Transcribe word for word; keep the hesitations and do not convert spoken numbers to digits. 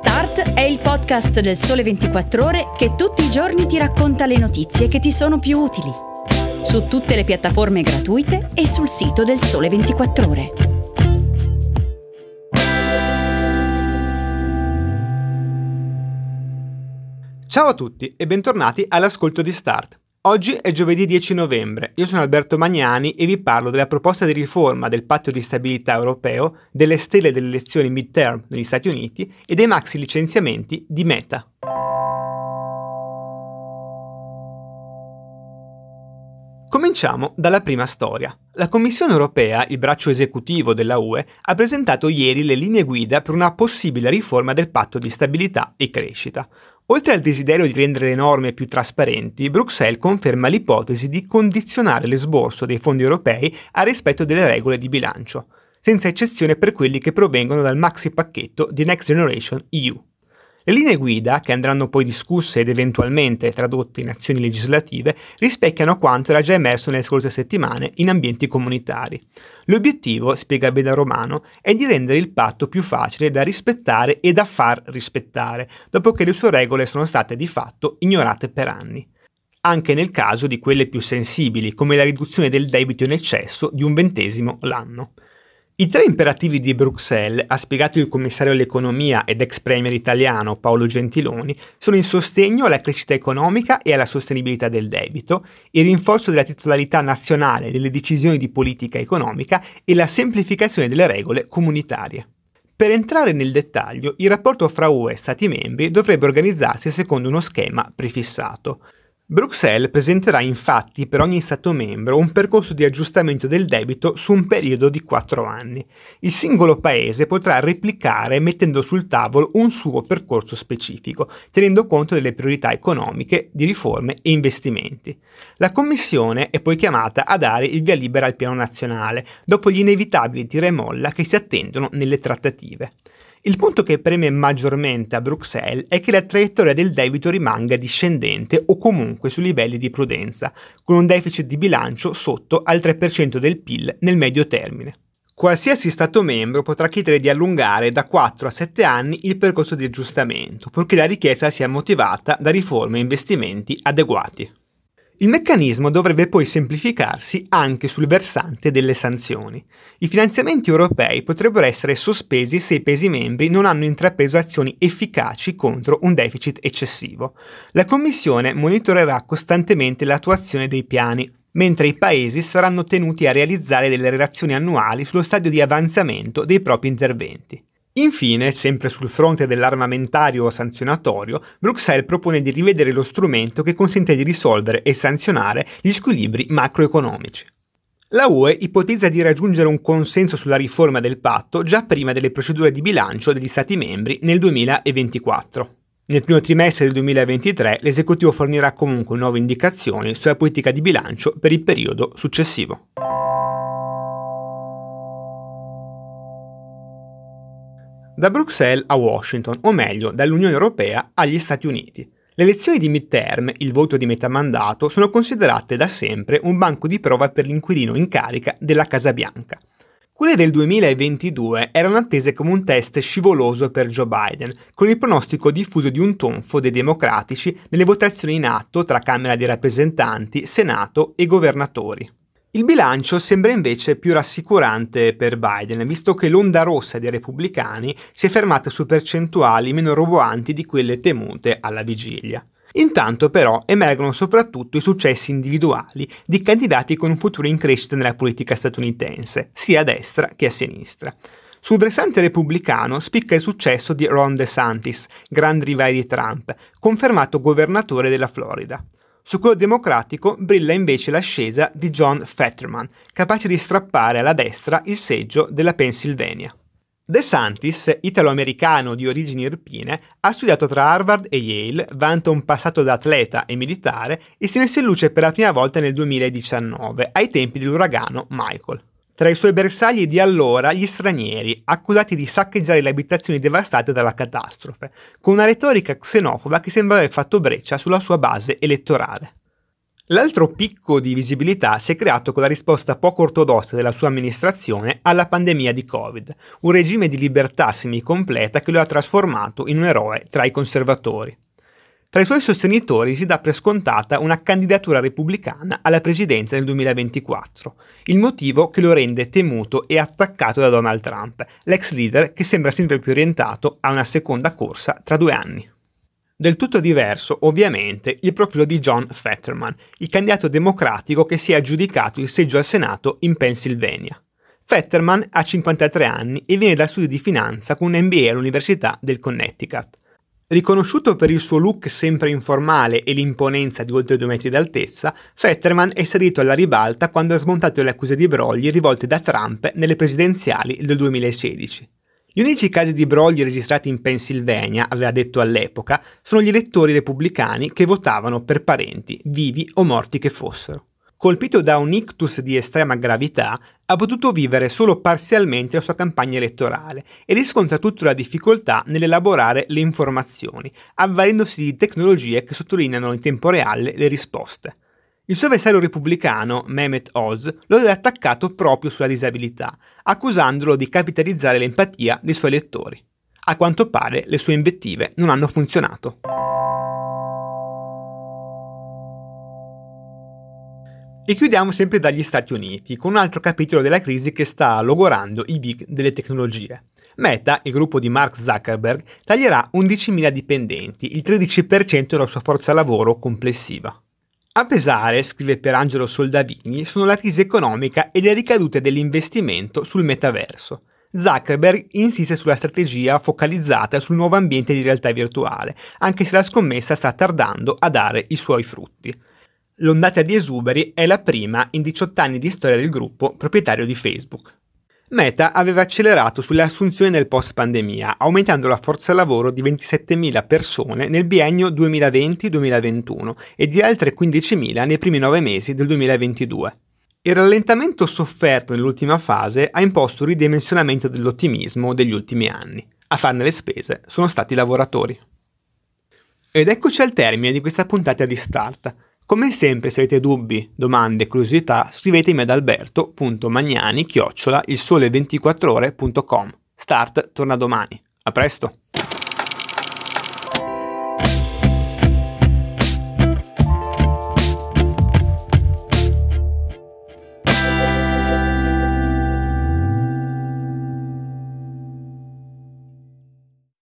Start è il podcast del Sole ventiquattro Ore che tutti i giorni ti racconta le notizie che ti sono più utili. Su tutte le piattaforme gratuite e sul sito del Sole ventiquattro Ore. Ciao a tutti e bentornati all'ascolto di Start. Oggi è giovedì dieci novembre, io sono Alberto Magnani e vi parlo della proposta di riforma del patto di stabilità europeo, delle stelle delle elezioni midterm negli Stati Uniti e dei maxi licenziamenti di Meta. Cominciamo dalla prima storia. La Commissione europea, il braccio esecutivo della U E, ha presentato ieri le linee guida per una possibile riforma del patto di stabilità e crescita. Oltre al desiderio di rendere le norme più trasparenti, Bruxelles conferma l'ipotesi di condizionare l'esborso dei fondi europei al rispetto delle regole di bilancio, senza eccezione per quelli che provengono dal maxi pacchetto di Next Generation E U. Le linee guida, che andranno poi discusse ed eventualmente tradotte in azioni legislative, rispecchiano quanto era già emerso nelle scorse settimane in ambienti comunitari. L'obiettivo, spiega Beda Romano, è di rendere il patto più facile da rispettare e da far rispettare, dopo che le sue regole sono state di fatto ignorate per anni. Anche nel caso di quelle più sensibili, come la riduzione del debito in eccesso di un ventesimo l'anno. I tre imperativi di Bruxelles, ha spiegato il commissario all'economia ed ex premier italiano Paolo Gentiloni, sono il sostegno alla crescita economica e alla sostenibilità del debito, il rinforzo della titolarità nazionale delle decisioni di politica economica e la semplificazione delle regole comunitarie. Per entrare nel dettaglio, il rapporto fra U E e Stati membri dovrebbe organizzarsi secondo uno schema prefissato. Bruxelles presenterà infatti per ogni Stato membro un percorso di aggiustamento del debito su un periodo di quattro anni. Il singolo paese potrà replicare mettendo sul tavolo un suo percorso specifico, tenendo conto delle priorità economiche, di riforme e investimenti. La Commissione è poi chiamata a dare il via libera al piano nazionale, dopo gli inevitabili tira e molla che si attendono nelle trattative. Il punto che preme maggiormente a Bruxelles è che la traiettoria del debito rimanga discendente o comunque su livelli di prudenza, con un deficit di bilancio sotto al tre per cento del P I L nel medio termine. Qualsiasi Stato membro potrà chiedere di allungare da quattro a sette anni il percorso di aggiustamento, purché la richiesta sia motivata da riforme e investimenti adeguati. Il meccanismo dovrebbe poi semplificarsi anche sul versante delle sanzioni. I finanziamenti europei potrebbero essere sospesi se i Paesi membri non hanno intrapreso azioni efficaci contro un deficit eccessivo. La Commissione monitorerà costantemente l'attuazione dei piani, mentre i Paesi saranno tenuti a realizzare delle relazioni annuali sullo stadio di avanzamento dei propri interventi. Infine, sempre sul fronte dell'armamentario sanzionatorio, Bruxelles propone di rivedere lo strumento che consente di risolvere e sanzionare gli squilibri macroeconomici. La U E ipotizza di raggiungere un consenso sulla riforma del patto già prima delle procedure di bilancio degli Stati membri nel duemilaventiquattro. Nel primo trimestre del duemilaventitré l'esecutivo fornirà comunque nuove indicazioni sulla politica di bilancio per il periodo successivo. Da Bruxelles a Washington, o meglio, dall'Unione Europea agli Stati Uniti. Le elezioni di midterm, il voto di metà mandato, sono considerate da sempre un banco di prova per l'inquilino in carica della Casa Bianca. Quelle del duemilaventidue erano attese come un test scivoloso per Joe Biden, con il pronostico diffuso di un tonfo dei democratici nelle votazioni in atto tra Camera dei rappresentanti, Senato e governatori. Il bilancio sembra invece più rassicurante per Biden, visto che l'onda rossa dei repubblicani si è fermata su percentuali meno roboanti di quelle temute alla vigilia. Intanto però emergono soprattutto i successi individuali di candidati con un futuro in crescita nella politica statunitense, sia a destra che a sinistra. Sul versante repubblicano spicca il successo di Ron DeSantis, grande rivale di Trump, confermato governatore della Florida. Su quello democratico brilla invece l'ascesa di John Fetterman, capace di strappare alla destra il seggio della Pennsylvania. DeSantis, italo-americano di origini irpine, ha studiato tra Harvard e Yale, vanta un passato da atleta e militare e si è messo in luce per la prima volta nel duemiladiciannove, ai tempi dell'uragano Michael. Tra i suoi bersagli di allora gli stranieri, accusati di saccheggiare le abitazioni devastate dalla catastrofe, con una retorica xenofoba che sembra aver fatto breccia sulla sua base elettorale. L'altro picco di visibilità si è creato con la risposta poco ortodossa della sua amministrazione alla pandemia di Covid, un regime di libertà semicompleta che lo ha trasformato in un eroe tra i conservatori. Tra i suoi sostenitori si dà per scontata una candidatura repubblicana alla presidenza nel duemilaventiquattro, il motivo che lo rende temuto e attaccato da Donald Trump, l'ex leader che sembra sempre più orientato a una seconda corsa tra due anni. Del tutto diverso, ovviamente, il profilo di John Fetterman, il candidato democratico che si è aggiudicato il seggio al Senato in Pennsylvania. Fetterman ha cinquantatré anni e viene dal studio di finanza con un M B A all'Università del Connecticut. Riconosciuto per il suo look sempre informale e l'imponenza di oltre due metri d'altezza, Fetterman è salito alla ribalta quando ha smontato le accuse di brogli rivolte da Trump nelle presidenziali del duemilasedici. Gli unici casi di brogli registrati in Pennsylvania, aveva detto all'epoca, sono gli elettori repubblicani che votavano per parenti, vivi o morti che fossero. Colpito da un ictus di estrema gravità, ha potuto vivere solo parzialmente la sua campagna elettorale e riscontra tutta la difficoltà nell'elaborare le informazioni, avvalendosi di tecnologie che sottolineano in tempo reale le risposte. Il suo avversario repubblicano, Mehmet Oz, lo aveva attaccato proprio sulla disabilità, accusandolo di capitalizzare l'empatia dei suoi elettori. A quanto pare le sue invettive non hanno funzionato. E chiudiamo sempre dagli Stati Uniti, con un altro capitolo della crisi che sta logorando i big delle tecnologie. Meta, il gruppo di Mark Zuckerberg, taglierà undicimila dipendenti, il tredici per cento della sua forza lavoro complessiva. A pesare, scrive Pierangelo Soldavini, sono la crisi economica e le ricadute dell'investimento sul metaverso. Zuckerberg insiste sulla strategia focalizzata sul nuovo ambiente di realtà virtuale, anche se la scommessa sta tardando a dare i suoi frutti. L'ondata di esuberi è la prima in diciotto anni di storia del gruppo proprietario di Facebook. Meta aveva accelerato sulle assunzioni nel post-pandemia, aumentando la forza lavoro di ventisettemila persone nel biennio duemilaventi duemilaventuno e di altre quindicimila nei primi nove mesi del duemilaventidue. Il rallentamento sofferto nell'ultima fase ha imposto un ridimensionamento dell'ottimismo degli ultimi anni. A farne le spese sono stati i lavoratori. Ed eccoci al termine di questa puntata di Start. Come sempre, se avete dubbi, domande e curiosità, scrivetemi ad alberto punto magnani chiocciola il sole ventiquattro ore punto com. Start torna domani. A presto!